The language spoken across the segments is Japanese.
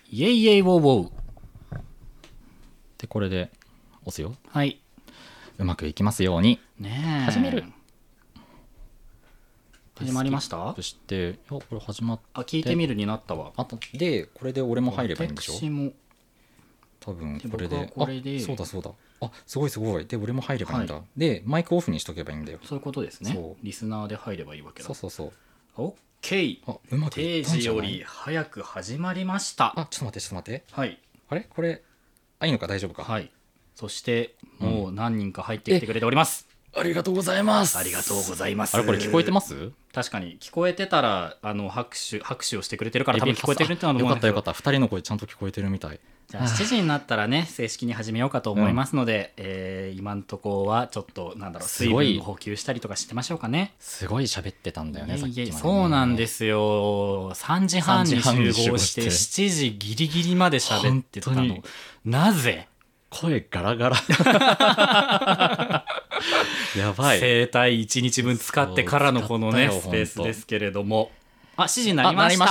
イエイイエイウォーウォー。 でこれで押すよ。 はい。 うまくいきますように。 ねえ。 始める。 始まりました。 そしてこれ始まって。 あ、聞いてみるになったわ。 でこれで俺も入ればいいんでしょ。 私も多分これで。 これでそうだそうだ。あ、すごいすごい。で俺も入ればいいんだ、はい、でマイクオフにしとけばいいんだよ。 そういうことですね。リスナーで入ればいいわけだ。 そう。 オッケー。 うまくいったんじゃない？ 定時より早く始まりました。 ちょっと待って。 はい。 あれこれいいのか、大丈夫か。 はい。そしてもう何人か入ってきてくれております。 ありがとうございます。 ありがとうございます。 あれこれ聞こえてます？ 確かに聞こえてたら拍手をしてくれてるから多分聞こえてるってのはよかったよかった。2人の声ちゃんと聞こえてるみたい。 じゃあ7時になったらね正式に始めようかと思いますので、今のところはちょっと水分を補給したりとかしてましょうかね。 すごい喋ってたんだよね。さっきまでね。 そうなんですよ。3時半に集合して7時ギリギリまで喋ってたの。なぜ？ 声ガラガラやばい。 声帯1日分使ってからのこのねスペースですけれども、7時になりました。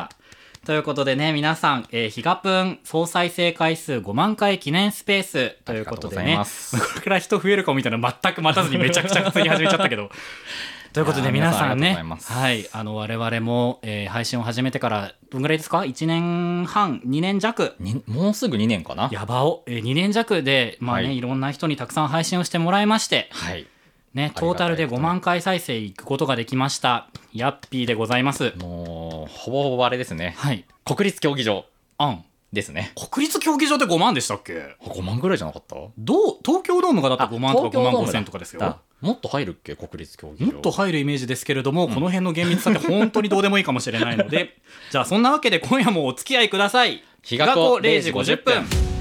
ということでね、皆さん、ヒガプン総再生回数5万回記念スペースということでね、これから人増えるかもみたいな全く待たずにめちゃくちゃ普通に始めちゃったけどということで皆さんね、はい、我々も、配信を始めてからどんぐらいですか？1年半2年弱、 もうすぐ2年かな。 やばお、2年弱で、まあね、はい、いろんな人にたくさん配信をしてもらいまして、 はいね、トータルで5万回再生いくことができました。ヤッピーでございます。 もうほぼほぼあれですね、 はい、 国立競技場ですね。 国立競技場って5万でしたっけ ？5万ぐらいじゃなかった？ 東京ドームがだって5万とか5万5千とかですよ。 もっと入るっけ？国立競技場もっと入るイメージですけれども、この辺の厳密さって本当にどうでもいいかもしれないのでじゃあそんなわけで今夜もお付き合いください。 日が子0時50分。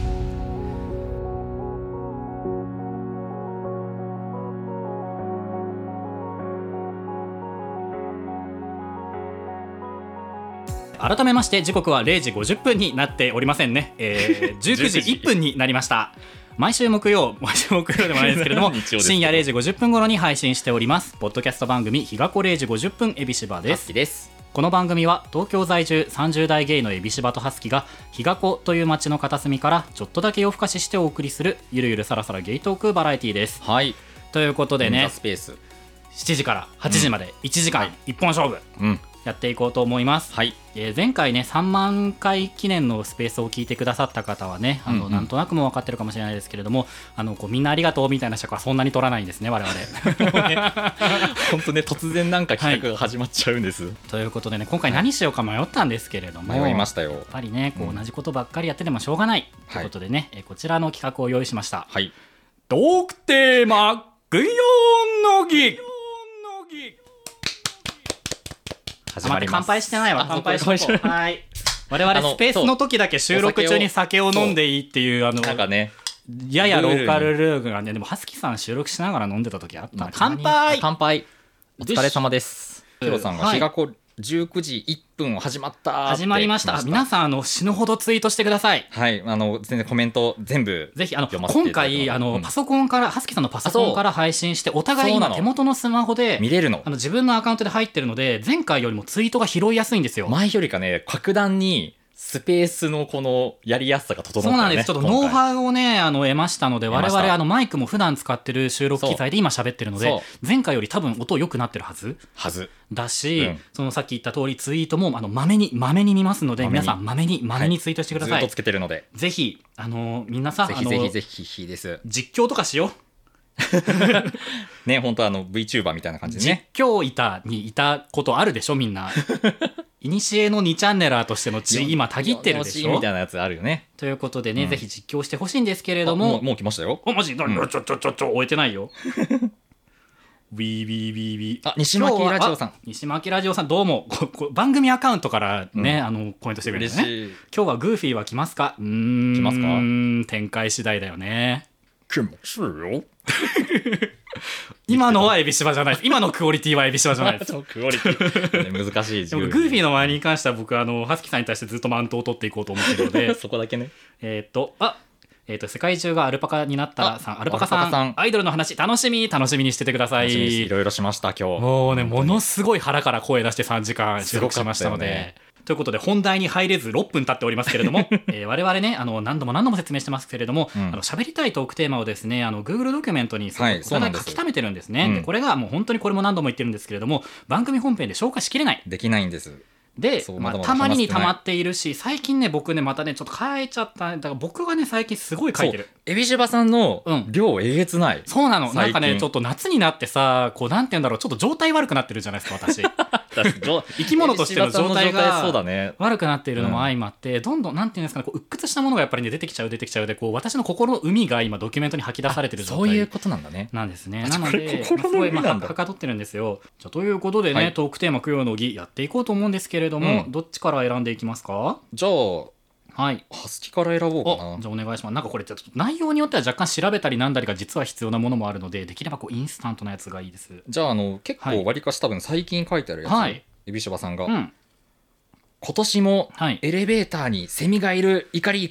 改めまして時刻は0時50分になっておりませんね、19時1分になりました。毎週木曜でもないですけれども深夜0時50分頃に配信しておりますポッドキャスト番組日が子0時50分エビシバです。この番組は東京在住30代ゲイのエビシバとハスキが日が子という街の片隅からちょっとだけ夜更かししてお送りするゆるゆるさらさらゲイトークバラエティーです。 はい、 ということでね、 スペース 7時から8時まで1時間1本勝負、やっていこうと思います。 はい、 前回ね3万回記念のスペースを聞いてくださった方はねなんとなくも分かってるかもしれないですけれどもみんなありがとうみたいな尺はそんなに取らないんですね我々 本当ね突然なんか企画が始まっちゃうんです、 ということでね今回何しようか迷ったんですけれども、 迷いましたよ。 やっぱりね同じことばっかりやっててもしょうがない、ということでね、こちらの企画を用意しました。 はい、 トークテーマグヨンの儀。始まります。乾杯してないわ。乾杯しましょう。はい。我々スペースの時だけ収録中に酒を飲んでいいっていうなんかねややローカルルールがね。でもハスキさん収録しながら飲んでた時あった。乾杯。 お疲れ様です。ヒロさんが日が子19時1分始まった始まりました。皆さん死ぬほどツイートしてください。 はい、全然コメント全部ぜひ今回パソコンからハスキさんのパソコンから配信してお互い今手元のスマホで見れるの。 自分のアカウントで入ってるので前回よりもツイートが拾いやすいんですよ。 前よりかね格段にスペースのこのやりやすさが整ったね。 そうなんです。ちょっとノウハウをね得ましたので我々マイクも普段使ってる収録機材で今喋ってるので前回より多分音良くなってるはずだし、そのさっき言った通りツイートもまめに見ますので皆さんまめにツイートしてください。 ずっとつけてるのでぜひみんなさぜひです。 実況とかしようね、本当VTuber みたいな感じでね。 実況板にいたことあるでしょみんな。いにしえの2チャンネラーとしての地位今たぎってるでしょみたいなやつあるよね。 ということでね、ぜひ実況してほしいんですけれども。 もう来ましたよ。 マジちょ終えてないよ。ウィーウィーウィーウィー。 西巻ラジオさん。 西巻ラジオさんどうも番組アカウントからね、コメントしてくれるね。今日はグーフィーは来ますか？来ますか？ 展開次第だよね。 来ますよ。 今のはエビシバじゃないです。今のクオリティはエビシバじゃないです。 クオリティ、難しい。 でもグーフィーの前に関しては僕ハスキさんに対してずっとマウントを取っていこうと思っているのでそこだけね。 世界中がアルパカになったらさん、アルパカさんアイドルの話楽しみにしててください。 いろいろしました今日。 もうねものすごい腹から声出して3時間収録しましたので、 ということで本題に入れず6分経っておりますけれども、我々ね何度も説明してますけれども、喋りたいトークテーマをですねGoogle ドキュメントにお互い書き溜めてるんですね。でこれがもう本当にこれも何度も言ってるんですけれども、番組本編で消化しきれないできないんです。 で、たまりに溜まっているし、最近ね僕ねまたねちょっと書いちゃった。だから僕がね最近すごい書いてる。 エビシバさんの量えげつない。 そうなの。なんかねちょっと夏になってさ、こうなんて言うんだろう、ちょっと状態悪くなってるじゃないですか私。生き物としての状態が悪くなっているのも相まって、どんどんなんていうんですかね、こう鬱屈したものがやっぱりね出てきちゃうで、こう私の心の海が今ドキュメントに吐き出されてる状態。 そういうことなんだね。 なんですね。なのですごいはかどってるんですよ。じゃということでね、トークテーマ供養の儀やっていこうと思うんですけれども、どっちから選んでいきますか？ じゃあはい、ハスキから選ぼうかな。 じゃあお願いします。なんかこれちょっと内容によっては若干調べたりなんだりが実は必要なものもあるので、できればこうインスタントなやつがいいです。 じゃあ結構割りかし多分最近書いてあるやつ、エビシバさんが、今年もエレベーターにセミがいる、怒り。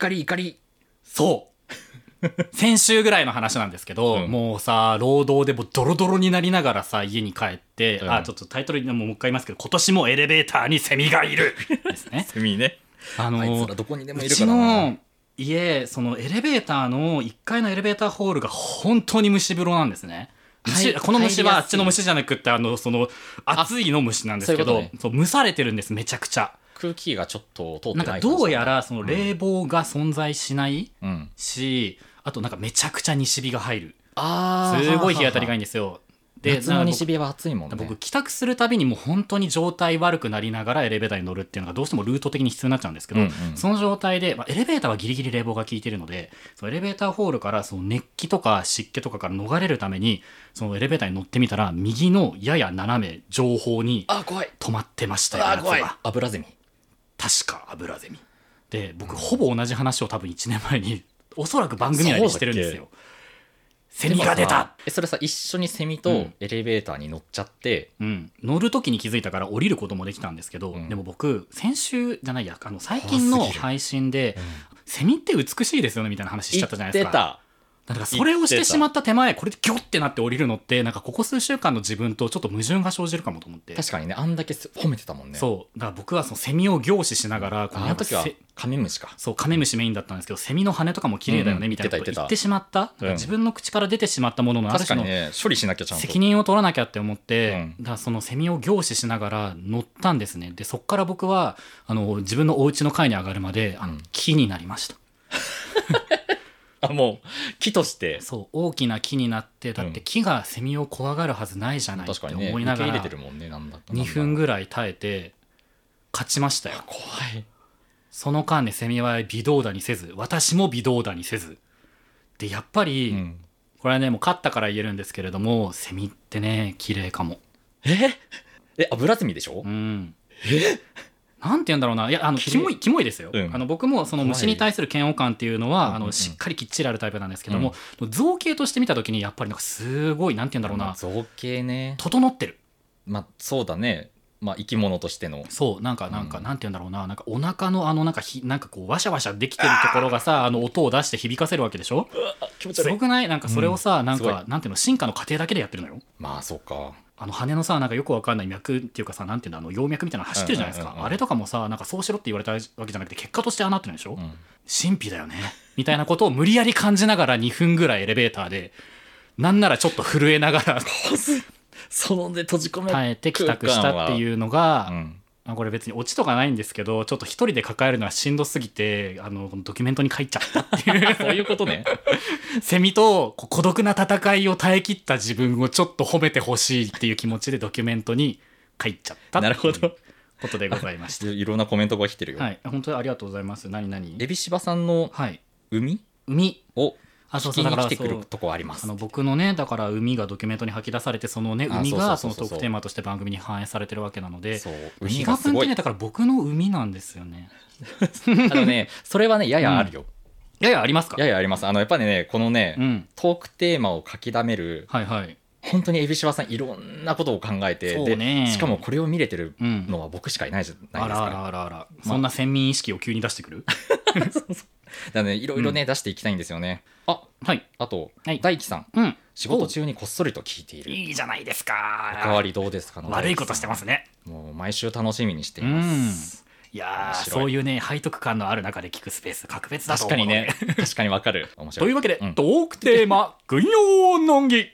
そう先週ぐらいの話なんですけど、もうさ労働でもドロドロになりながらさ家に帰って、ちょっとタイトルにもう一回言いますけど、今年もエレベーターにセミがいるですね。 セミね。あいつらどこにでもいるからな。 うちの家、そのエレベーターの1階のエレベーターホールが本当に蒸し風呂なんですね。この虫はあっちの虫じゃなくってその暑いの虫なんですけど、そう蒸されてるんです。めちゃくちゃ空気がちょっと通ってない。 なんかどうやらその冷房が存在しないし、あとなんかめちゃくちゃ西日が入る。すごい日当たりがいいんですよ。 で夏の西日は暑いもんね。 僕帰宅するたびにもう本当に状態悪くなりながらエレベーターに乗るっていうのがどうしてもルート的に必要になっちゃうんですけど、その状態で、エレベーターはギリギリ冷房が効いているので、そのエレベーターホールからその熱気とか湿気とかから逃れるためにそのエレベーターに乗ってみたら、右のやや斜め上方に止まってましたよ。やつがアブラゼミ、 確かアブラゼミで、僕ほぼ同じ話を多分1年前におそらく番組内でしてるんですよ。セミが出た。 それさ一緒にセミとエレベーターに乗っちゃって、 乗る時に気づいたから降りることもできたんですけど、でも僕先週じゃないや最近の配信で、セミって美しいですよねみたいな話しちゃったじゃないですか。だからそれをしてしまった手前、これでギョッてなって降りるのって、なんかここ数週間の自分とちょっと矛盾が生じるかもと思って。 確かにね、あんだけ褒めてたもんね。 そうだから僕はそのセミを凝視しながら、 あの時はカメムシか。 そうカメムシメインだったんですけど、セミの羽とかも綺麗だよねみたいなことを言ってしまった、自分の口から出てしまったもののある種の処理しなきゃちゃんと責任を取らなきゃって思って、だからそのセミを凝視しながら乗ったんですね。でそっから僕は自分のお家の階に上がるまで木になりました。 もう木として、 そう大きな木になって、だって木がセミを怖がるはずないじゃないって思いながら2分ぐらい耐えて勝ちましたよ。 怖い。 その間ねセミは微動だにせず、私も微動だにせずで、やっぱり、これはねもう勝ったから言えるんですけれども、セミってね綺麗かも。 アブラゼミでしょ。 なんて言うんだろうな、いやキモいですよ。僕もその虫に対する嫌悪感っていうのはしっかりきっちりあるタイプなんですけども、造形として見た時にやっぱりなんかすごいなんて言うんだろうな、 造形ね、 整ってる。 そうだね。生き物としてのそうなんて言うんだろうな、なんかお腹のなんかこうワシャワシャできてるところがさ音を出して響かせるわけでしょ。 気持ち悪い。 すごくない？なんかそれをさ、なんていうの、進化の過程だけでやってるのよ。 そうか。 羽のさなんかよくわかんない脈っていうかさ、なんていうの葉脈みたいなの走ってるじゃないですか。あれとかもさなんかそうしろって言われたわけじゃなくて結果としてなってるんでしょ。神秘だよねみたいなことを無理やり感じながら2分ぐらいエレベーターで、なんならちょっと震えながらそので閉じ込め耐えて帰宅したっていうのが、これ別にオチとかないんですけど、ちょっと一人で抱えるのはしんどすぎてドキュメントに書いちゃったっていうそういうことね。 セミと孤独な戦いを耐え切った自分をちょっと褒めてほしいっていう気持ちでドキュメントに書いちゃったっていうことでございました。 いろんなコメントが来てるよ。 本当にありがとうございます。何エビシバさんの海を聞きに来てくるとこあります。 僕のねだから海がドキュメントに吐き出されて、そのね海がそのトークテーマとして番組に反映されてるわけなので、 海がすごい。 だから僕の海なんですよね。 それはねややあるよ。 ややありますか？ ややあります。やっぱりねこのね、トークテーマを書き溜める、本当にエビシバさんいろんなことを考えて、でしかもこれを見れてるのは僕しかいないじゃないですか。 あら、そんな先民意識を急に出してくる。 だからねいろいろね、出していきたいんですよね。あと、大輝さん、仕事中にこっそりと聞いている。 いいじゃないですか。 おかわりどうですか？ 悪いことしてますね。 もう毎週楽しみにしています。 いやー、そういうね背徳感のある中で聞くスペース格別だと確思う。 かにね確かにわかる。面白い。 というわけで、 うんトークテーマ軍用の儀。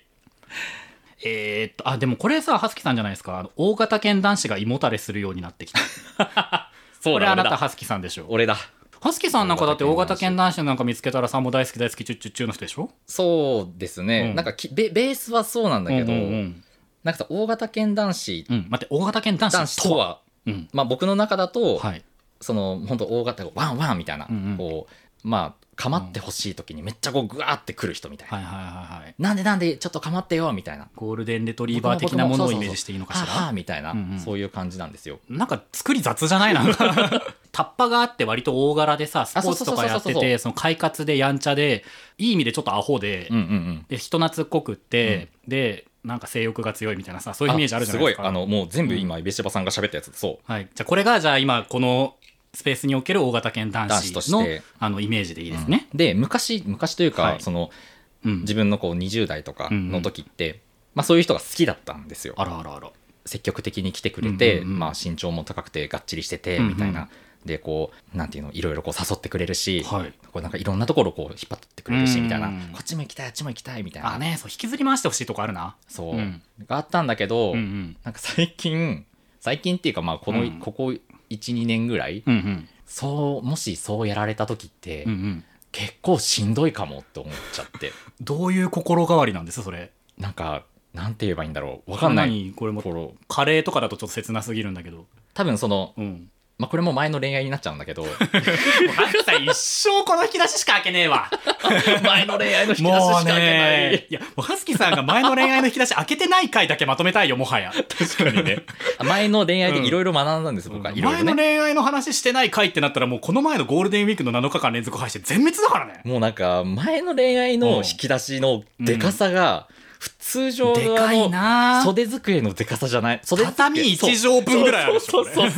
でもこれさ、はすきさんじゃないですか。大型犬男子が胃もたれするようになってきたそうだ、 これあな俺だたはすきさんでしょ。 俺だ。 はすきさんなんかだって大型犬男子なんか見つけたらさ、もう大好き大好きチュッチュッチュの人でしょ。 そうですね、 うんなんかベースはそうなんだけど、なんかさ大型犬男子、 待って、大型犬男男子とは、 子とは、 うんまあ僕の中だと、 はい、 その本当大型ワンワンみたいな、こうまあ構ってほしい時にめっちゃこうグワーってくる人みたいな、 はいはいはいはい、 なんでちょっと構ってよみたいな、 ゴールデンレトリーバー的なものをイメージしていいのかしら。 はあみたいな、そういう感じなんですよ。 なんか作り雑じゃないなんかタッパがあって割と大柄でさ、スポーツとかやってて、その快活でやんちゃでいい意味でちょっとアホで、で人懐っこくって、でなんか性欲が強いみたいなさ、そういうイメージあるじゃないですか。 すごいもう全部今イベシバさんが喋ったやつ、そう、 はい、じゃあこれがじゃあ今このスペースにおける大型犬男子としのてイメージでいいですね。 で昔というか、 はいそのうん自分のこう20代とかの時って、まあ、そういう人が好きだったんですよ。 あらあらあら。 積極的に来てくれて、 うんうんうんまあ、身長も高くてがっちりしててうんうんみたいな、でこうなんていうの、いろいろこう誘ってくれるし、 はいこうなんかいろんなところこう引っ張ってくれるしうんみたいな、こっちも行きたいあっちも行きたいみたいな、 あね、そう引きずり回してほしいとこあるな。 そう、 うんがあったんだけど、 うんうんなんか最近っていうか、まあこうんこ 1,2 年ぐらい、 うんうんもしそうやられた時って、 うんうん。 結構しんどいかもって思っちゃってどういう心変わりなんですそれ。 なんかなんて言えばいいんだろう、わかんない。 何これもカレーとかだとちょっと切なすぎるんだけど。 多分その、 うん。 まあ、これも前の恋愛になっちゃうんだけどもうハクさん一生この引き出ししか開けねえわ。 前の恋愛の引き出ししか開けない。 いや、もうハスキさんが前の恋愛の引き出し開けてない回だけまとめたいよ、もはや。 確かにね前の恋愛でいろいろ学んだんです、僕はいろいろね。 前の恋愛の話してない回ってなったら、もうこの前のゴールデンウィークの7日間連続配信全滅だからね。 もうなんか前の恋愛の引き出しのでかさが普通常でかいな。 袖机のでかさじゃない。 畳1畳分ぐらいあるでしょ。 そう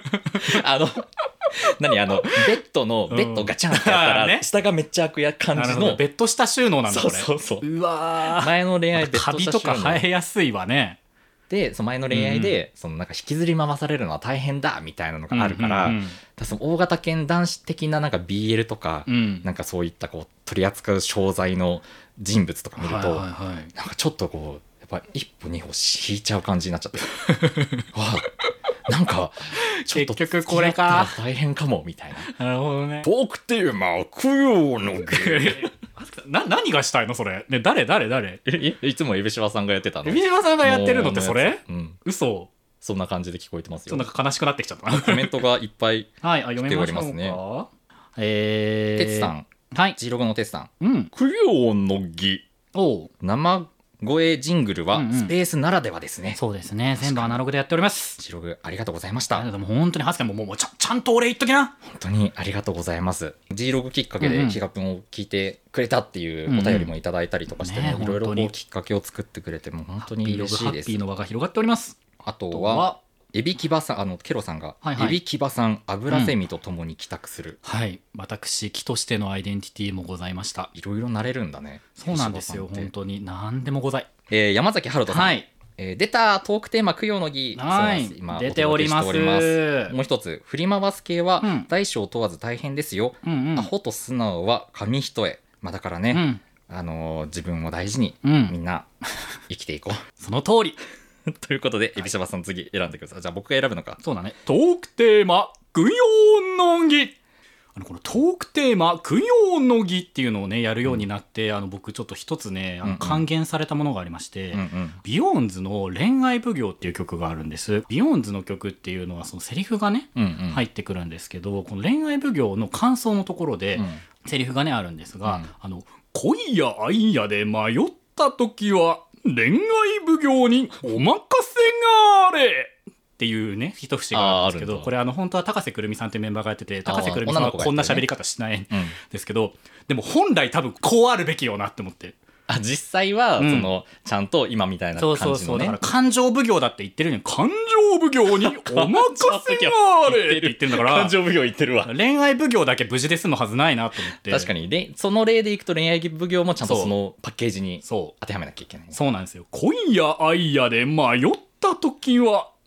何ベッドガチャンってやったら、 ね下がめっちゃ開く感じのベッド下収納なんだこれ。 そううわー、 前の恋愛ベッドカビとか生えやすいわね。 でその前の恋愛で、そのなんか引きずり回されるのは大変だみたいなのがあるから、 うんうんうんだからその大型犬男子的ななんか BL とか、 うんなんかそういったこう取り扱う商材の人物とか見ると、 はいはいはいなんかちょっとこうやっぱ一歩二歩引いちゃう感じになっちゃってわあなんかちょっと結局これか付き合ったら大変かもみたいな。 なるほどね。 トークテーマ供養の芸何がしたいのそれ。ね、誰いつもエビシワさんがやってたの。 海島さんがやってるのってそれ？ うん、 嘘。 そんな感じで聞こえてますよ。 なんか悲しくなってきちゃったな。 コメントがいっぱいはい、読めましょうか。 来ておりますね。 ててつさん、 はい。 G ログのてつさん、 うん。 供養の儀おう。 生声ジングルはうんうんスペースならではですね。 そうですね。全部アナログでやっております。 G ログありがとうございました。 でも本当にハスキャンもうちゃんと俺言っときな。 本当にありがとうございます。 G ログきっかけでうんうんヒガプンを聞いてくれたっていうお便りもいただいたりとかしてね、 うんうんいろいろこね本当にうきっかけを作ってくれても本当に嬉しいです。 ハッピーの輪が広がっております。 あとはエビキバさん、ケロさんが、 はいはいエビキバさん油セミと共に帰宅する、 はい。私、木としてのアイデンティティもございました。 いろいろなれるんだね。 そうなんですよ。 エビシバさんって本当に何でもござい。 山崎春人さん、 はい。 出たトークテーマ供養の儀、 はいそうなんです今出ておりますお届けしております。もう一つ振り回す系はうん大小問わず大変ですよ、 うんうん。 アホと素直は紙一重、まあ、だからね、 うん。 自分を大事にうんみんな生きていこその通り。 うということでエビシャバさん次選んでください。じゃあ僕が選ぶのか。 そうだね。トークテーマ、供養の儀。このトークテーマ、供養の儀っていうのをね、やるようになって、僕ちょっと一つね、 うんうん還元されたものがありまして、 うんうんビヨーンズの恋愛奉行っていう曲があるんです。ビヨーンズの曲っていうのは、そのセリフがね、 うんうん入ってくるんですけど、この恋愛奉行の感想のところで、 うんセリフがね、あるんですが、恋や愛やで迷った時は、恋愛奉行にお任せがあれっていうね一節があるんですけど、 あるんだこれ本当は高瀬くるみさんっていうメンバーがやってて、高瀬くるみさんはこんな喋り方しないんですけど、でも本来多分こうあるべきよなって思って。 実際は、 うんそのちゃんと今みたいな感じのね、 そうだから感情奉行だって言ってるのに、感情奉行にお任せがあれって言ってるんだから感情奉行言ってるわ。 恋愛奉行だけ無事で済むはずないなと思って。 確かにでその例でいくと恋愛奉行もちゃんとそうそのパッケージにそう当てはめなきゃいけない。 そうなんですよ。恋や愛やで迷った時は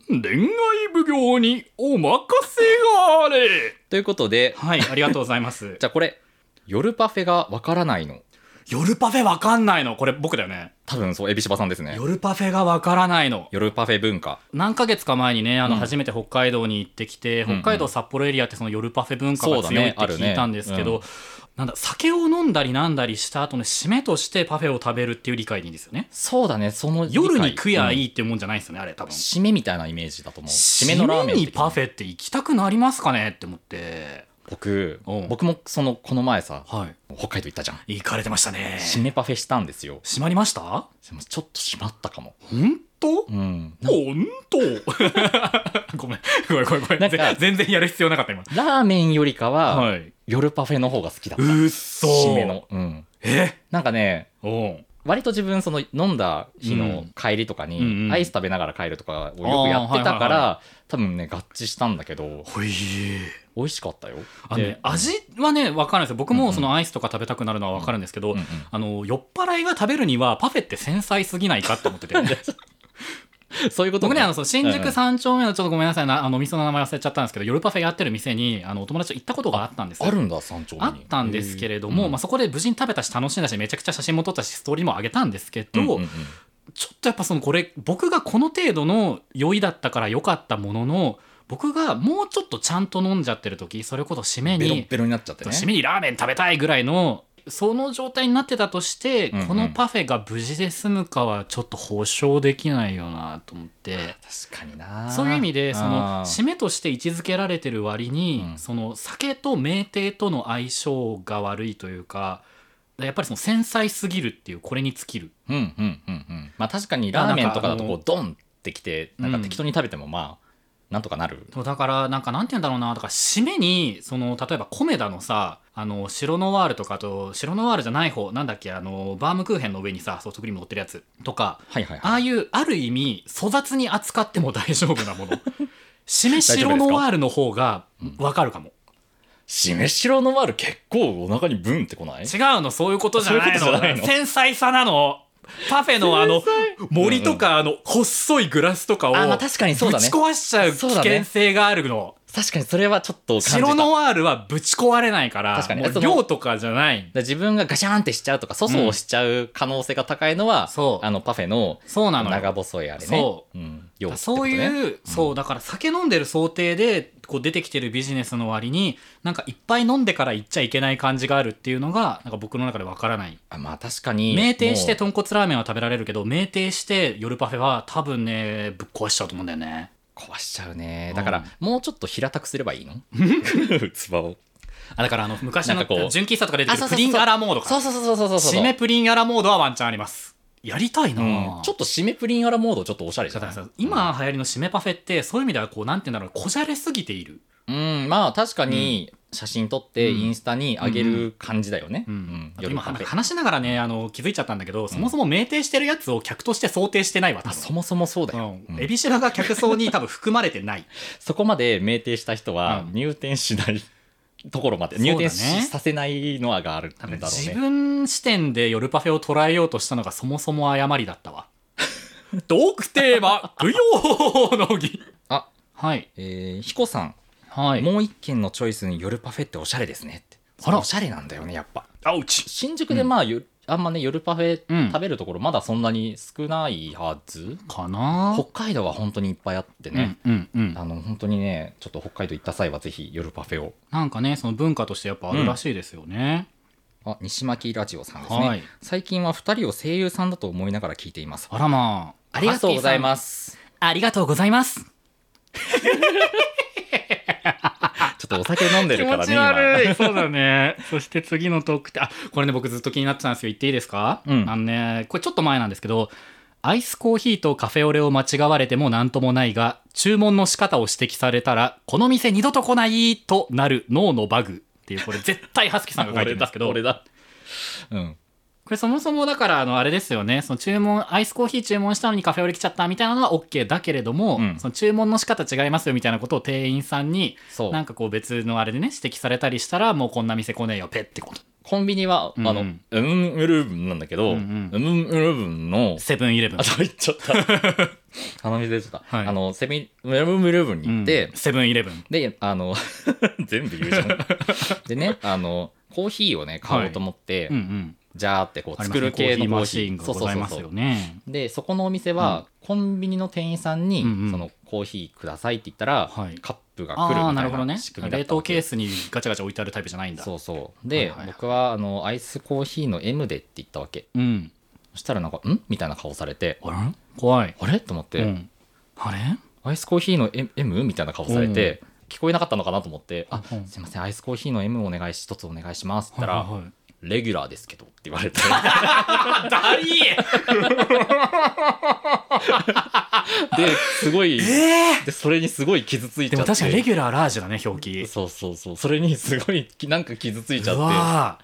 恋愛奉行にお任せがあれ。 ということで、 はい、ありがとうございますじゃあこれ夜パフェがわからないの、 夜パフェわかんないの、これ僕だよね。 多分そう、エビシバさんですね。 夜パフェがわからないの。 夜パフェ文化、 何ヶ月か前にね、初めて北海道に行ってきて、北海道札幌エリアってその夜パフェ文化が強いって聞いたんですけど、なんだ、酒を飲んだりなんだりした後の締めとしてパフェを食べるっていう理解でいいんですよね。 そうだね、その夜に食やいいっていうもんじゃないですよね、あれ多分。 締めみたいなイメージだと思う。 締めのラーメンにパフェって行きたくなりますかねって思って。 僕もこの前さ、 はい、 北海道行ったじゃん。 行かれてましたね。 締めパフェしたんですよ。 閉まりました？ ちょっと閉まったかも。 本当？ うん。 本当？ごめんなんか全然やる必要なかった今。 ラーメンよりかは、はい、夜パフェの方が好きだった。 うっそ。 締めの。うん。 なんかね、割と自分その飲んだ日の帰りとかにアイス食べながら帰るとかをよくやってたから、多分ね合致したんだけど、美味しかったよ。 味はね分かるんですよ。僕もそのアイスとか食べたくなるのは分かるんですけど、酔っ払いが食べるにはパフェって繊細すぎないかって思っててそういうこと、 僕ね、新宿3丁目のちょっとごめんなさいな、お店の名前忘れちゃったんですけど、夜パフェやってる店にお友達と行ったことがあったんですよ。 あるんだ、3丁目に。 あったんですけれども、そこで無事に食べたし楽しんだし、めちゃくちゃ写真も撮ったしストーリーも上げたんですけど、ちょっとやっぱこれ僕がこの程度の酔いだったから良かったものの、僕がもうちょっとちゃんと飲んじゃってる時、それこそ締めにベロベロになっちゃってね、 締めにラーメン食べたいぐらいのその状態になってたとして、このパフェが無事で済むかはちょっと保証できないよなと思って。 確かにな。 そういう意味でその締めとして位置づけられてる割に、その酒と酩酊との相性が悪いというか、やっぱりその繊細すぎるっていう、これに尽きる。 まあ確かにラーメンとかだとこうドンってきて、なんか適当に食べてもまあなんとかなる。 だからなんて言うんだろうな、だから締めに例えばコメダのさ、白ノワールとか、と白ノワールじゃない方なんだっけ、バームクーヘンの上にさソフトクリーム乗ってるやつとか、ああいうある意味粗雑に扱っても大丈夫なもの締め白ノワールの方が分かるかも。 締め白ノワール結構お腹にブンってこない？ 違うの、そういうことじゃないの。繊細さなの。パフェの森とか細いグラスとかをぶち壊しちゃう危険性があるの。 確かにそれはちょっと感じた。 白ノワールはぶち壊れないから、もう量とかじゃない。 自分がガシャンってしちゃうとか粗相をしちゃう可能性が高いのは、パフェの長細いあれね。 そういう、だから酒飲んでる想定でこう出てきてるビジネスの割に、なんかいっぱい飲んでから行っちゃいけない感じがあるっていうのがなんか僕の中でわからない。 まあ確かに酩酊して豚骨ラーメンは食べられるけど、酩酊して夜パフェは多分ねぶっ壊しちゃうと思うんだよね。 壊しちゃうね。だからもうちょっと平たくすればいいの器を。 だから昔の純喫茶とか出てくるプリンアラモードか、締めプリンアラモードはワンチャンあります。やりたいな、 ちょっと締めプリンアラモードちょっとおしゃれじゃない？ 今流行りの締めパフェってそういう意味ではこうなんていうんだろう、こじゃれすぎている。 まあ確かに写真撮ってインスタに上げる感じだよね。 今話しながらね気づいちゃったんだけど、そもそも酩酊してるやつを客として想定してないわ。 そもそもそうだよ。 エビシバが客層に多分含まれてないそこまで酩酊した人は入店しないところまで入店させないのがあるんだろうね。 自分視点で夜パフェを捉えようとしたのがそもそも誤りだったわトークテーマ供養の儀。はい、 彦さん、もう一軒のチョイスに夜パフェっておしゃれですねって。おしゃれなんだよねやっぱ。新宿でまあ、あんまね夜パフェ食べるところまだそんなに少ないはずかな。 北海道は本当にいっぱいあってね、本当にねちょっと北海道行った際はぜひ夜パフェを。 なんかねその文化としてやっぱあるらしいですよね。 西巻ラジオさんですね、最近は2人を声優さんだと思いながら聞いています。 あらまあ、 ありがとうございます。 ありがとうございますちょっとお酒飲んでるからね。 気持ち悪い。そうだね。そして次のトークってこれね僕ずっと気になってたんですよ。言っていいですか？これちょっと前なんですけど、アイスコーヒーとカフェオレを間違われてもなんともないが、注文の仕方を指摘されたらこの店二度と来ないとなる脳のバグっていう、これ絶対ハスキさんが書いてるんですけど俺だ。 これそもそもだからあれですよね、そのアイスコーヒー注文したのにカフェオレ来ちゃったみたいなのは OK だけれども、その注文の仕方違いますよみたいなことを店員さんになんかこう別のあれでね指摘されたりしたら、もうこんな店来ねえよペッってことコンビニは、ウルブンなんだけど、ウルブンのセブンイレブン。 あ、言っちゃった。鼻水出ちゃった。セブンイレブンに行って、 セブンイレブン。 で、全部言うじゃん。でね、コーヒーをね、買おうと思って、ジャーってこう作る系のコーヒーがございますよね。 で、そこのお店は、コンビニの店員さんに、そのコーヒーくださいって言ったら、カップが来るみたいな仕組みだった。 冷凍ケースにガチャガチャ置いてあるタイプじゃないんだ。 そうそう。で、僕はアイスコーヒーの M でって言ったわけ。そしたらなんか、みたいな顔されて、 怖い。 あれと思って、 あれアイスコーヒーの M? みたいな顔されて、聞こえなかったのかなと思って、すいません、アイスコーヒーの M 一つお願いしますって言ったら、レギュラーですけどって言われてダリですごい、でそれにすごい傷ついちゃって。 でも確かにレギュラーラージだね、表記。 そうそれにすごいなんか傷ついちゃって、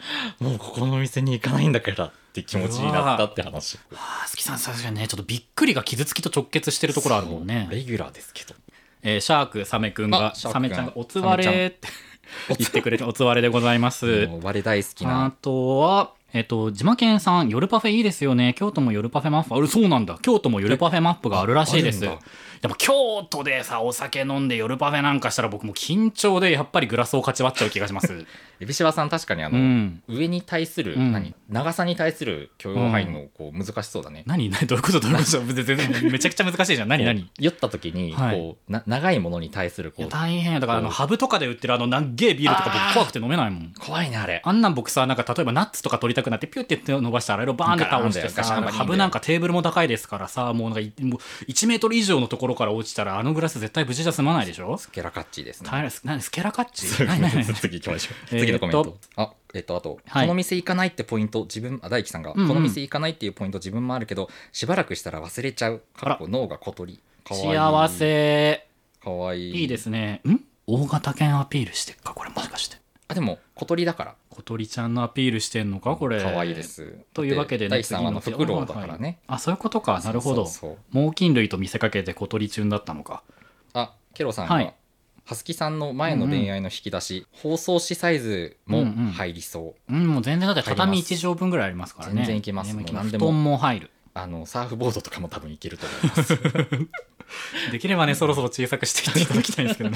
もうここのお店に行かないんだからって気持ちになったって話。 好きさん確かにね、ちょっとびっくりが傷つきと直結してるところあるもんね。 レギュラーですけど、 シャークサメくんが、サメちゃんがおつわれって言ってくれて、おつわれでございます。 我大好きな。 あとはジマケンさん、夜パフェいいですよね。京都も夜パフェマップある。そうなんだ。京都も夜パフェマップがあるらしいです。でも京都でさ、お酒飲んで夜パフェなんかしたら僕も緊張でやっぱりグラスをかち割っちゃう気がします。 海老柴さん確かに上に対する、長さに対する許容範囲のこう難しそうだね。 どういうこと全然めちゃくちゃ難しいじゃん。 酔った時にこう長いものに対するこう大変だからハブとかで売ってる長えビールとか僕怖くて飲めないもん。 怖いねあれ。 あんなん僕さ、なんか例えばナッツとか取りたくなってピュッて手を伸ばしたらあれをバーンって倒してさ、ハブなんかテーブルも高いですからさ、もう1メートル以上のところから落ちたらグラス絶対無事じゃ済まないでしょ。 スケラカッチですね。 何スケラカッチ？ 次行きましょう。次のコメント。あと、この店行かないってポイント、大輝さんが、この店行かないっていうポイント自分もあるけど、しばらくしたら忘れちゃう。脳が小鳥。 幸せ。 かわいい。 いいですね。大型犬アピールしてっか、これもしかして。 でも小鳥だから。 小鳥ちゃんのアピールしてんのか、これ。 かわいいです。 というわけで大輝さんはフクロウだからね。 そういうことか。なるほど。猛禽類と見せかけて小鳥チュンだったのか。 ケロさんが、ハスキさんの前の恋愛の引き出し、包装紙サイズも入りそう。 もう全然だって畳1畳分ぐらいありますからね。 全然いけます。もう何でも。 布団も入る。 サーフボードとかも多分いけると思います。 できればね、そろそろ小さくしていっていただきたいんですけどね。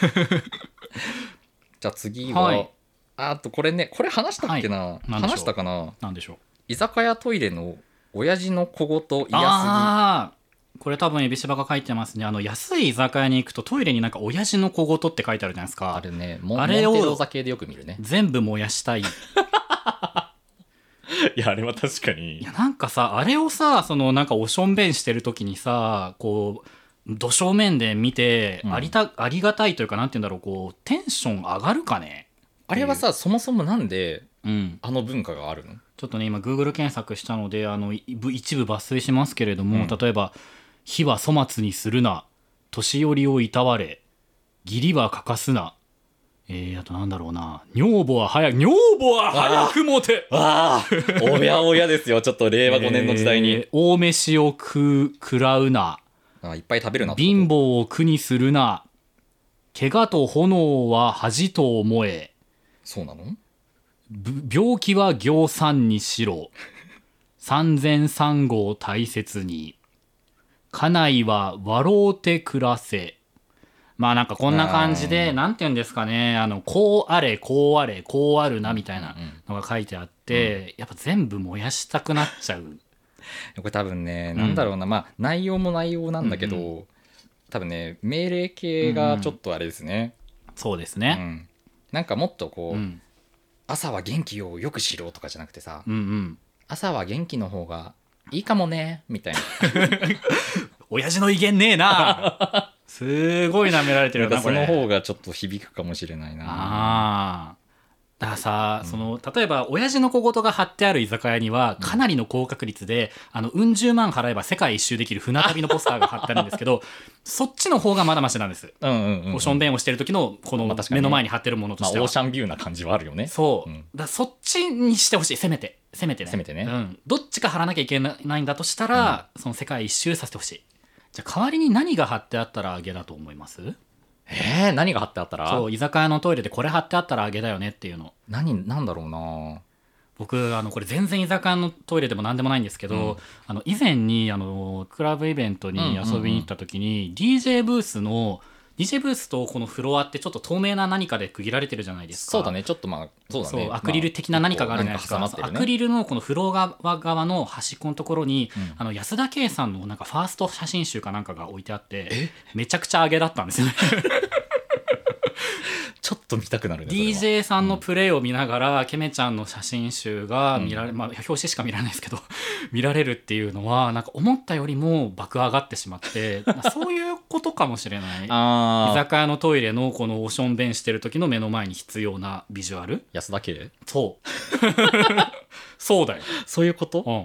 じゃあ次は、これね、これ話したっけな、話したかな。 なんでしょう。 居酒屋トイレの親父の小言嫌すぎ。 これ多分エビシバが書いてますね。安い居酒屋に行くとトイレになんか親父の小言って書いてあるじゃないですか。 あれね、モンテローザ系でよく見るね。 全部燃やしたい。いや、あれは確かに。 いや、なんかさ、あれをさ、なんかおしょんべんしてる時にさ、こうど正面で見て、ありがたいというか、なんて言うんだろう、こうテンション上がるかね。 あれはさ、そもそもなんで、文化があるの？ ちょっとね、今 Google 検索したので一部抜粋しますけれども、例えば火は粗末にするな、年寄りをいたわれ、義理は欠かすな、あとなんだろうな、女房は早く持て。 おやおやですよ、ちょっと令和5年の時代に。 大飯を食らうな、 いっぱい食べるな。 貧乏を苦にするな、怪我と炎は恥と思え。 そうなの？ 病気は行産にしろ、産前産後を大切に、家内は笑うて暮らせ。まあなんかこんな感じで、なんていうんですかね、こうあれこうあれこうあるなみたいなのが書いてあって、やっぱ全部燃やしたくなっちゃう。 これ多分ね、なんだろうな、内容も内容なんだけど、多分ね、命令系がちょっとあれですね。 そうですね。 なんかもっとこう、朝は元気をよくしろとかじゃなくてさ、朝は元気の方がいいかもねみたいな。 親父の威厳ねえな。すごい舐められてるな、これ。 その方がちょっと響くかもしれないな。 だからさ、例えば親父の小言が貼ってある居酒屋にはかなりの高確率で、うん十万払えば世界一周できる船旅のポスターが貼ってあるんですけど、そっちの方がまだマシなんです。おしょんべんをしてる時のこの目の前に貼ってるものとしては、 オーシャンビューな感じはあるよね。 そう、だそっちにしてほしい。せめてね、どっちか貼らなきゃいけないんだとしたら、その世界一周させてほしい。じゃあ代わりに何が貼ってあったらあげだと思います？ 何が貼ってあったら？ そう、居酒屋のトイレでこれ貼ってあったらあげだよねっていうの。 なんだろうな。 僕これ全然居酒屋のトイレでも何でもないんですけど、以前にクラブイベントに遊びに行った時に、DJ ブースとこのフロアってちょっと透明な何かで区切られてるじゃないですか。 そうだね、ちょっとそうだね、 そうアクリル的な何かがあるじゃないですか、 ね、 アクリルのこのフロア側の端っこのところに、安田圭さんのなんかファースト写真集かなんかが置いてあって、めちゃくちゃ上げだったんですよねちょっと見たくなるね。 DJ さんのプレイを見ながら、ケメちゃんの写真集が見られ、表紙しか見られないですけど見られるっていうのはなんか思ったよりも爆上がってしまってそういうことかもしれない居酒屋のトイレのこのおしょんべんしてる時の目の前に必要なビジュアル。 安田圭そうそうだよ、 そういうこと、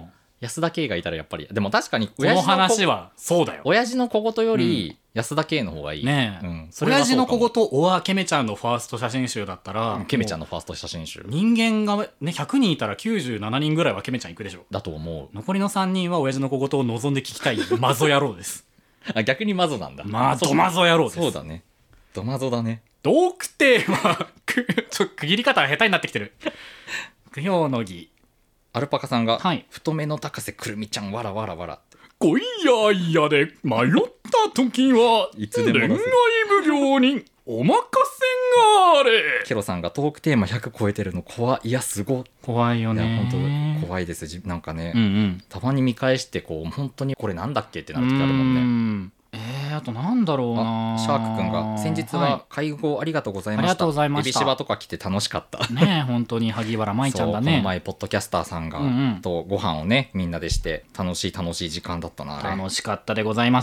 安田圭がいたらやっぱりでも確かにこの話はそうだよ、 親父の小言より安田圭の方がいいねえ、親父の小言おわケメちゃんのファースト写真集だったら、 ケメちゃんのファースト写真集、 人間がね100人いたら97人ぐらいはケメちゃん行くでしょ。 だと思う。 残りの3人は親父の小言を望んで聞きたいマゾ野郎です逆にマゾなんだ。 ドマゾ野郎です。 そうだね、ドマゾだね。 ドークテーマ区切り方が下手になってきてる苦行の儀。 アルパカさんが、 はい、 太めの高瀬くるみちゃんわらわらわらって、 ごいやいやで迷った時はいつでも恋愛無料にお任せがあれ。 ケロさんがトークテーマ100超えてるの怖い。いやすご怖いよね。 本当怖いです。なんかね、たまに見返してこう本当にこれなんだっけってなる時あるもんね。 あとなんだろうな。 シャークくんが先日は会合ありがとうございました。ありがとうございました。エビシバとか来て楽しかったね。本当に萩原舞ちゃんだね。 この前ポッドキャスターさんが、とご飯をねみんなでして楽しい時間だったな。あれ楽しかったでございます。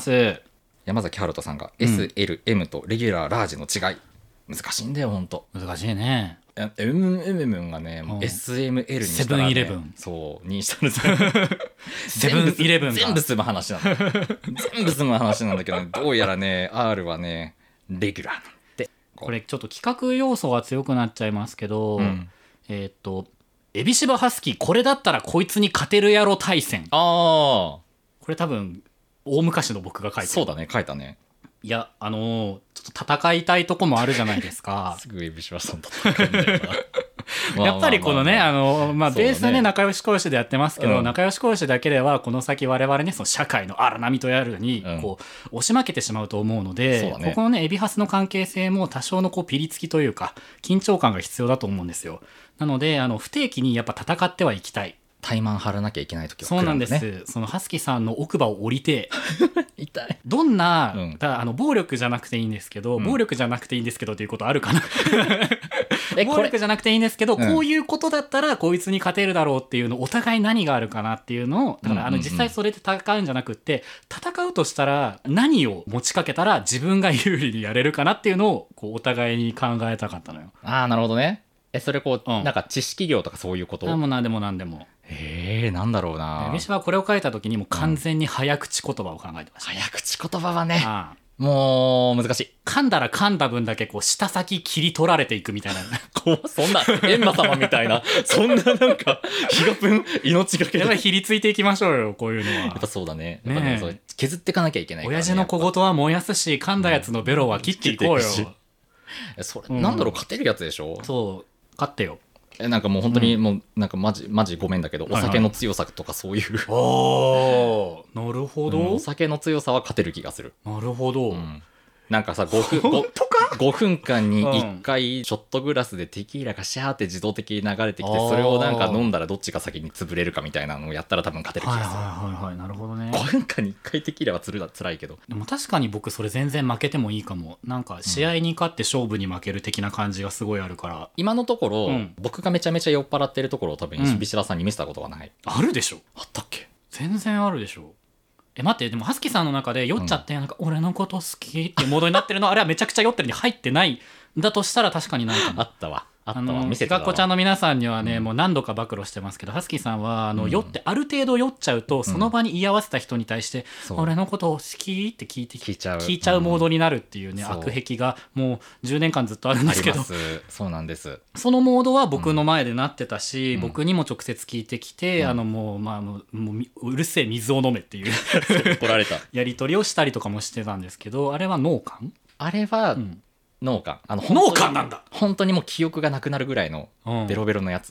山崎春人さんが SL、M とレギュラーラージの違い難しいんだよ。本当難しいね。 M がね、SML にしたら、ね、 セブンイレブンそうにしたらセブンイレブン全部済む話なんだ全部済む話なんだけど、ね、どうやらね R はねレギュラーなんて。 これちょっと企画要素が強くなっちゃいますけど、エビシバハスキーこれだったらこいつに勝てるやろ対戦。これ多分大昔の僕が書いてる。 そうだね、書いたね。 いやちょっと戦いたいとこもあるじゃないですかすぐエビシバさんと戦うんだよなやっぱりこのねベースはね仲良し講師でやってますけど、仲良し講師だけではこの先我々ねその社会の荒波とやるにこう押し負けてしまうと思うので、ここのねエビハスの関係性も多少のこうピリつきというか緊張感が必要だと思うんですよ。なので不定期にやっぱ戦ってはいきたい。 怠慢張らなきゃいけない時はそうなんです。そのハスキーさんの奥歯を降りて痛い。 どんな、暴力じゃなくていいんですけど、暴力じゃなくていいんですけどということあるかな暴力じゃなくていいんですけど、こういうことだったらこいつに勝てるだろうっていうのお互い何があるかなっていうのをだから実際それで戦うんじゃなくって戦うとしたら何を持ちかけたら自分が有利にやれるかなっていうのをこうお互いに考えたかったのよ。 なるほどね。それこう、なんか知識量とかそういうこと？ 何でも何でも。 なんだろうな。 エビシバはこれを書いた時にもう完全に早口言葉を考えてました。 早口言葉はね、もう難しい。 噛んだら噛んだ分だけこう舌先切り取られていくみたいなそんな閻魔様みたいなそんななんかヒロプン命がけでやっぱりひりついていきましょうよ。こういうのはやっぱそうだね。やっぱね、それ削っていかなきゃいけないから、ね、 親父の小言は燃やすし噛んだやつのベロは切っていこうよ。 それなんだろう、勝てるやつでしょ。 そう勝ってよ。 なんかもう本当にもうなんかマジごめんだけど、お酒の強さとかそういうなるほど、 お酒の強さは勝てる気がする。 なるほど、 なんかさ5分間に1回ショットグラスでテキーラがシャーって自動的に流れてきて、それをなんか飲んだらどっちが先に潰れるかみたいなのをやったら多分勝てる気がする。 なるほどね。 5分間に1回テキーラは辛いけど、 でも確かに僕それ全然負けてもいいかも。なんか試合に勝って勝負に負ける的な感じがすごいあるから、 今のところ、僕がめちゃめちゃ酔っ払ってるところを多分石ビさんに見せたことがない。 あるでしょ。 あったっけ。 全然あるでしょ。待って、でもハスキーさんの中で酔っちゃって、なんか俺のこと好きっていうモードになってるのあれはめちゃくちゃ酔ってるに入ってないんだとしたら確かにないかも。 あったわ見せてたわ。ひがっこちゃんの皆さんにはね、もう何度か暴露してますけど、ハスキーさんは酔ってある程度酔っちゃうと、その場に居合わせた人に対して、俺のことを好きって聞いちゃうモードになるっていうね、悪癖がもう10年間ずっとあるんですけど、 そうなんです。 そのモードは僕の前でなってたし、僕にも直接聞いてきて、もううるせえ水を飲めっていう怒られたやり取りをしたりとかもしてたんですけど、あれは脳幹？ あれは、脳幹。 脳幹なんだ。 本当にもう記憶がなくなるぐらいのベロベロのやつ。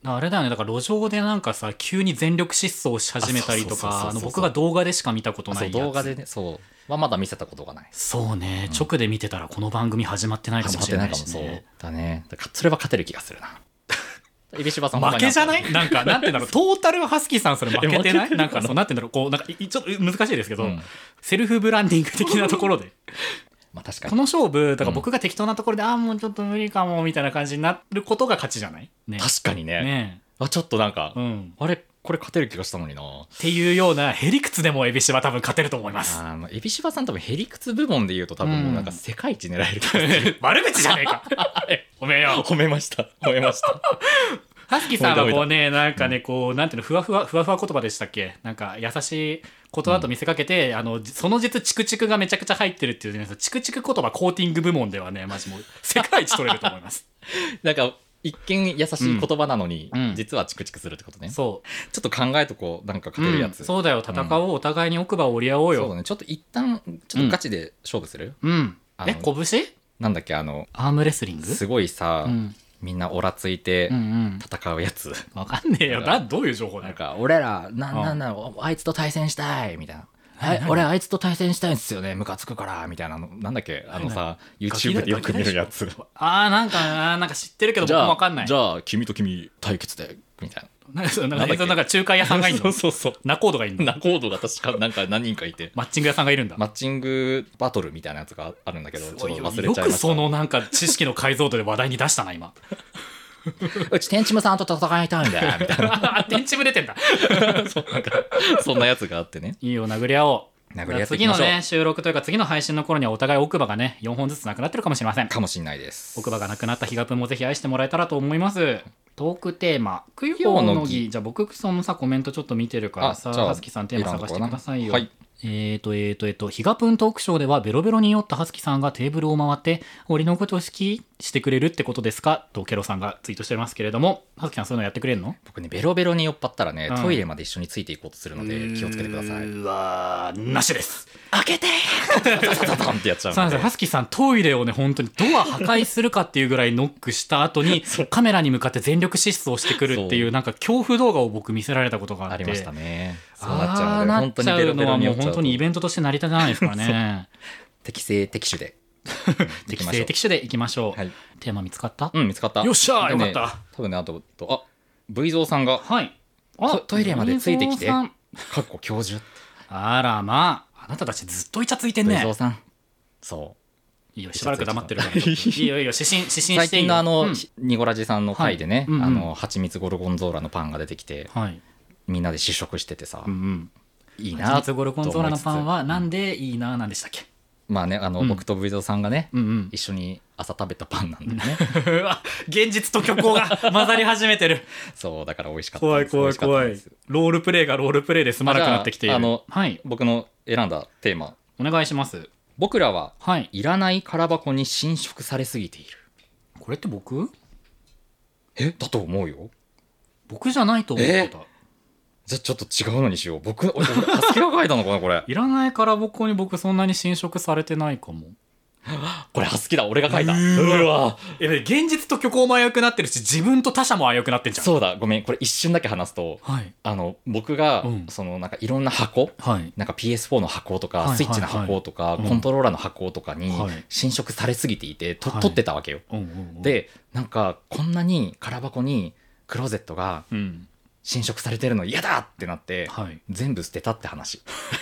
あれだよね、だから路上でなんかさ急に全力疾走し始めたりとか、僕が動画でしか見たことないやつ。 動画でね、そうはまだ見せたことがない。 そうね、直で見てたらこの番組始まってないかもしれないしね。 そうだね。だからそれは勝てる気がするな。エビシバさん負けじゃない？なんかなんていうんだろう、トータルハスキーさんそれ負けてない？なんかそうなんていうんだろう、こうなんかちょっと難しいですけど、セルフブランディング的なところで。 まあ確かにこの勝負だから僕が適当なところで、もうちょっと無理かもみたいな感じになることが勝ちじゃない？ね、 確かにね。ちょっとなんか、あれこれ勝てる気がしたのになっていうようなへりくつでもエビシバ多分勝てると思います。 エビシバさん多分へりくつ部門でいうと多分もうなんか世界一狙える気がする。 悪口じゃねえか。褒めよう。 褒めましたハスキーさんはこうね、なんかね、こうなんていうの、ふわふわ言葉でしたっけ、なんか優しい言葉と見せかけて、その実チクチクがめちゃくちゃ入ってるっていうね、チクチク言葉コーティング部門ではね、マジもう世界一取れると思います。 なんか一見優しい言葉なのに、実はチクチクするってことね。 そうちょっと考えとこう、なんか勝てるやつ、 そうだよ、戦おう、お互いに奥歯を折り合おうよ。 そうだね、ちょっと一旦ちょっとガチで勝負する。 拳？ なんだっけ、 アームレスリングすごいさ、みんなオラついて戦うやつ。 わかんねえよ。どういう情報だよ。 なんか俺らあいつと対戦したいみたいな。俺あいつと対戦したいんですよね、ムカつくからみたいなの。なんだっけ、さ YouTube でよく見るやつ。 なんか知ってるけど僕もわかんない。 じゃあ君と君対決でみたいな。 なんか仲介屋さんがいるの。 そうナコードがいるの。 ナコードが確かなんか何人かいて、 マッチング屋さんがいるんだ。 マッチングバトルみたいなやつがあるんだけど、ちょっと忘れちゃいました。 よくそのなんか知識の解像度で話題に出したな今。 うちテンチムさんと戦いたいんだよみたいな。 テンチム出てんだ。 そんなやつがあってね。 いいよ、殴り合おう。次のね収録というか次の配信の頃にはお互い奥歯がね4本ずつなくなってるかもしれません。 かもしれないです。 奥歯がなくなったヒガプンもぜひ愛してもらえたらと思います。トークテーマ供養の儀。じゃあ僕そのさコメントちょっと見てるからさ、はすきさんテーマ探してくださいよ。はい。ヒガプントークショーではベロベロに酔ったはすきさんがテーブルを回って俺のこと好きしてくれるってことですかとケロさんがツイートしてますけれども、はすきさんそういうのやってくれるの？ 僕ねベロベロに酔っ払ったらね、トイレまで一緒についていこうとするので気をつけてください。 うわなしです。 開けてーってやっちゃうので。 はすきさんトイレをね本当にドア破壊するかっていうぐらいノックした後にカメラに向かって全力疾走してくるっていうなんか恐怖動画を僕見せられたことがあって、 ありましたね。そうなっちゃうので本当にベロベロに酔っちゃうと本当にイベントとして成り立たないですからね。 適正適種で適正適種でいきましょう。はい、テーマ見つかった？ 見つかった。 よっしゃー、よかった。 多分ねV 蔵さんが、はい、トイレまでついてきてかっこ教授。 あらまあなたたちずっとイチャついてんね。 V 蔵さんそういいよ、しばらく黙ってるから。いいよいいよ、指針していいよ。 最近のニゴラジさんの回でね、蜂蜜ゴルゴンゾーラのパンが出てきて、みんなで試食しててさ、いいな。 蜂蜜ゴルゴンゾーラのパンはなんでいいななんでしたっけ？ まあね、僕と V 蔵さんがね、一緒に朝食べたパンなんでね。 現実と虚構が混ざり始めてる。 そうだから美味しかったです。怖いロールプレイがロールプレイですまなくなってきている。 僕の選んだテーマお願いします。 僕らはいらない空箱に侵食されすぎている。 これって僕？ だと思うよ。 僕じゃないと思ってた。 じゃあちょっと違うのにしよう。俺ハスキが書いたのかなこれ。 いらない空箱に僕そんなに侵食されてないかも。 これハスキだ、俺が書いた。うわ現実と虚構も危うくなってるし自分と他者も危うくなってんじゃん。 そうだ、ごめん、これ一瞬だけ話すと、僕がそのなんかいろんな箱、なんか PS4 の箱とか、スイッチの箱とか、コントローラーの箱とかに侵食されすぎていて取ってたわけよ。でなんかこんなに空箱にクローゼットが侵食されてるの嫌だってなって、全部捨てたって話。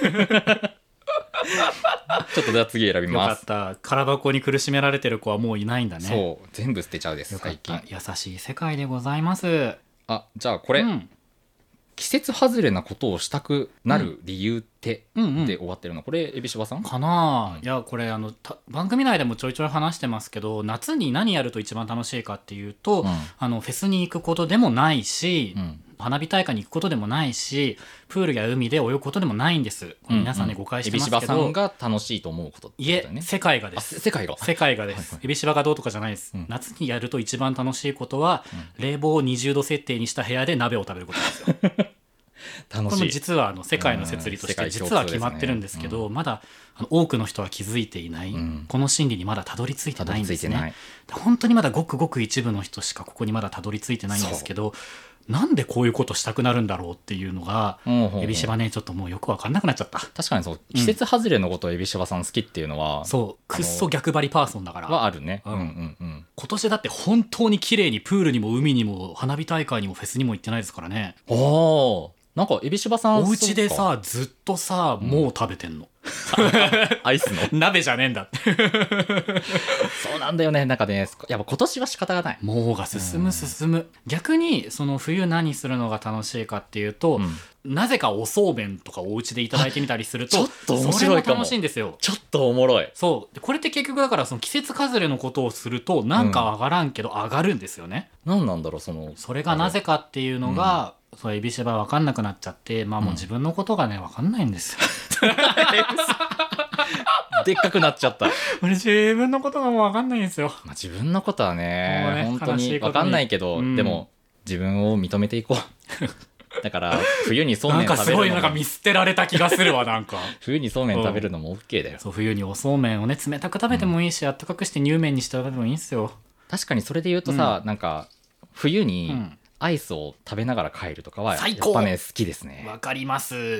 ちょっとじゃあ次選びます。 よかった。空箱に苦しめられてる子はもういないんだね。 そう全部捨てちゃうです。最近優しい世界でございます。 じゃあこれ、季節外れなことをしたくなる理由ってで終わってるの、これ海老柴さんかな。いやこれ番組内でもちょいちょい話してますけど、夏に何やると一番楽しいかっていうと、フェスに行くことでもないし、花火大会に行くことでもないし、プールや海で泳ぐことでもないんです。皆さんね誤解してますけど、 海老柴さんが楽しいと思うことってことだよね。 いえ世界がです。 世界がです。海老柴がどうとかじゃないです。夏にやると一番楽しいことは、冷房を20度設定にした部屋で鍋を食べることですよ。 楽しい。 この実は世界の摂理として実は決まってるんですけど、まだ多くの人は気づいていない、この真理にまだたどり着いてないんですね。本当にまだごくごく一部の人しかここにまだたどり着いてないんですけど、 なんでこういうことしたくなるんだろうっていうのが、エビシバねちょっともうよく分かんなくなっちゃった。 確かにそう、季節外れのことをエビシバさん好きっていうのは、 そうくっそ逆張りパーソンだからはあるね。 今年だって本当に綺麗にプールにも海にも花火大会にもフェスにも行ってないですからね。 なんかエビシバさんお家でさずっとさもう食べてんのアイスの鍋じゃねえんだってそうなんだよね。なんかねやっぱ今年は仕方がない。 もうが進む。逆にその冬何するのが楽しいかっていうと、なぜかおそうめんとかお家でいただいてみたりするとちょっと面白いかも。 楽しいんですよ。 ちょっとおもろい。 そうこれって結局だからその季節外れのことをするとなんか上がらんけど上がるんですよね。 何なんだろうそれがなぜかっていうのが、そうエビシバ分かんなくなっちゃって、もう自分のことがね分かんないんですよでっかくなっちゃった俺自分のことがもう分かんないんですよ。 自分のことはね本当に分かんないけど、でも自分を認めていこうだから冬にそうめん食べるのもなんかすごいなんか見捨てられた気がするわなんか冬にそうめん食べるのも OK だよ。 そう冬におそうめんをね冷たく食べてもいいし、温かくして乳麺にして食べてもいいんですよ。 確かにそれで言うとさ、なんか冬に、アイスを食べながら帰るとかはやっぱね好きですね。 わかります。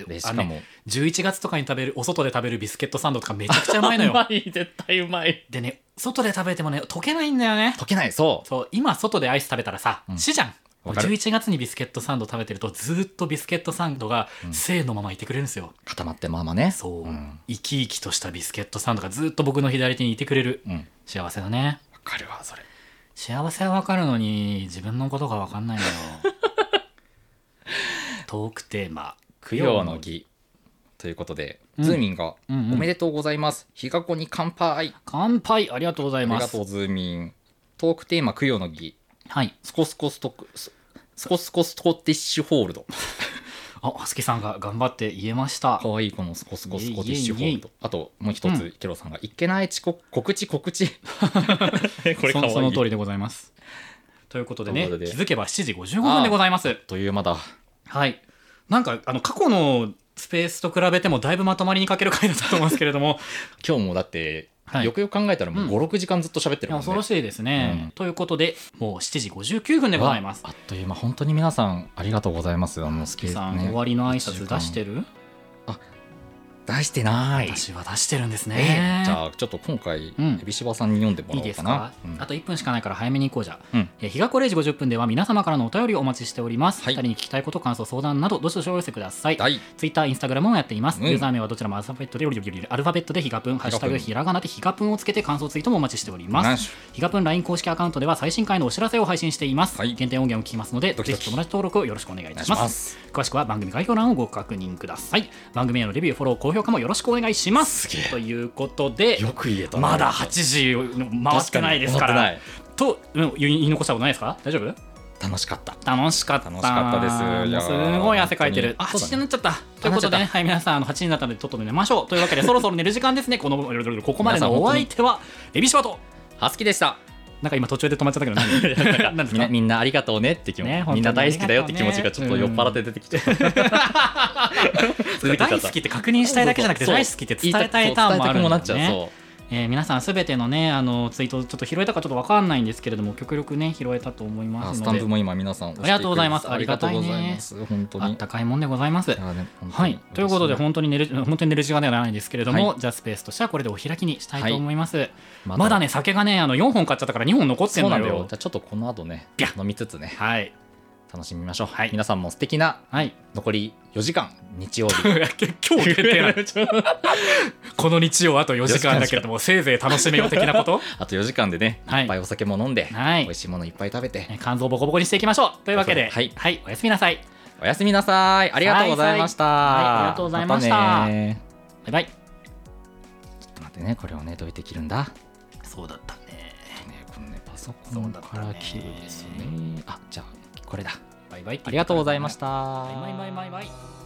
でしかも 11月とかに食べるお外で食べるビスケットサンドとかめちゃくちゃうまいのようまい絶対うまい。 でね外で食べてもね溶けないんだよね。 溶けない。そう今外でアイス食べたらさ、死じゃん。 かる。 11月にビスケットサンド食べてるとずっとビスケットサンドが生のままいてくれるんですよ。 固まってままね。 そう、生き生きとしたビスケットサンドがずっと僕の左手にいてくれる、幸せだね。 わかるわそれ。 幸せはわかるのに自分のことがわかんないのよトークテーマ供養の儀ということで、ズーミンがおめでとうございます、日が子に乾杯。 乾杯。ありがとうございます。 ありがとうズーミン。トークテーマ供養の儀、スコスコスコティッシュホールドあすきさんが頑張って言えました。 かわいいこのスコスコスコティッシュホールド。あともう一つ、ケロさんがいっけない告知これかわいい。 その通りでございます。ということでね、気づけば7時55分でございます。 という間だ。 はい。なんか過去のスペースと比べてもだいぶまとまりに欠ける回だったと思うんですけれども今日もだって、よくよく考えたらもう 5,6 時間ずっと喋ってるもんね。 恐ろしいですね、ということでもう7時59分でございます。 あっという間。本当に皆さんありがとうございます。 スキさん、終わりの挨拶出してる？ 出してない。 私は出してるんですね。 じゃあちょっと今回、エビシバさんに読んでもらおうかな。いいですか？ あと1分しかないから早めに行こう。じゃあ、日が子0時50分では皆様からのお便りをお待ちしております。2人に聞きたいこと、感想、相談などどしどしお寄せください。ツイッター、インスタグラムもやっています。ユーザー名はどちらもアルファベットでヒガプン、ハッシュタグひらがなでヒガプンをつけて感想ツイートもお待ちしております。ヒガプン LINE 公式アカウントでは最新回のお知らせを配信しています。限定音源を聞きますので、ぜひ友達登録をよろしくお願いいたします。詳しくは番組概要欄をご確認ください。番組へのレビュー、フォロー、高評価もよろしくお願いします。ということで、 よく言えた。 まだ8時回ってないですからと言い残したことないですか？大丈夫？ 楽しかった。 楽しかったです。すごい汗かいてる。8時になっちゃった。ということでね、はい、皆さん8時になったのでとっとと寝ましょう。というわけでそろそろ寝る時間ですね。ここまでのお相手はエビシバとハスキでした。 なんか今途中で止まっちゃったけど何ですか？ みんなありがとうねって気持ち、みんな大好きだよって気持ちがちょっと酔っ払って出てきちゃった大好きって確認したいだけじゃなくて大好きって伝えたいターンもあるんですね。皆さんすべてのねツイートちょっと拾えたかちょっと分かんないんですけれども、極力ね拾えたと思いますので、 スタンプも今皆さんありがとうございます。ありがたいね。 本当にあったかいもんでございます。はい、ということで本当に寝る時間ではないんですけれども、じゃあスペースとしてはこれでお開きにしたいと思います。まだね酒がね4本買っちゃったから2本残ってんのよ。 じゃあちょっとこの後ね飲みつつね、楽しみましょう。皆さんも素敵な残り4時間日曜日今日限定なこの日曜あと4時間だけれどもせいぜい楽しめよ的なことあと4時間でね、いっぱいお酒も飲んで、美味しいものいっぱい食べて肝臓ボコボコにしていきましょう。というわけで、おやすみなさい。 おやすみなさい。ありがとうございました。 ありがとうございました。バイバイ。ちょっと待ってね、これをねどうやって切るんだ。 そうだったね。 このねパソコンから切るですね。じゃあこれだ。 バイバイ。 ありがとうございました。 バイバイバイバイ。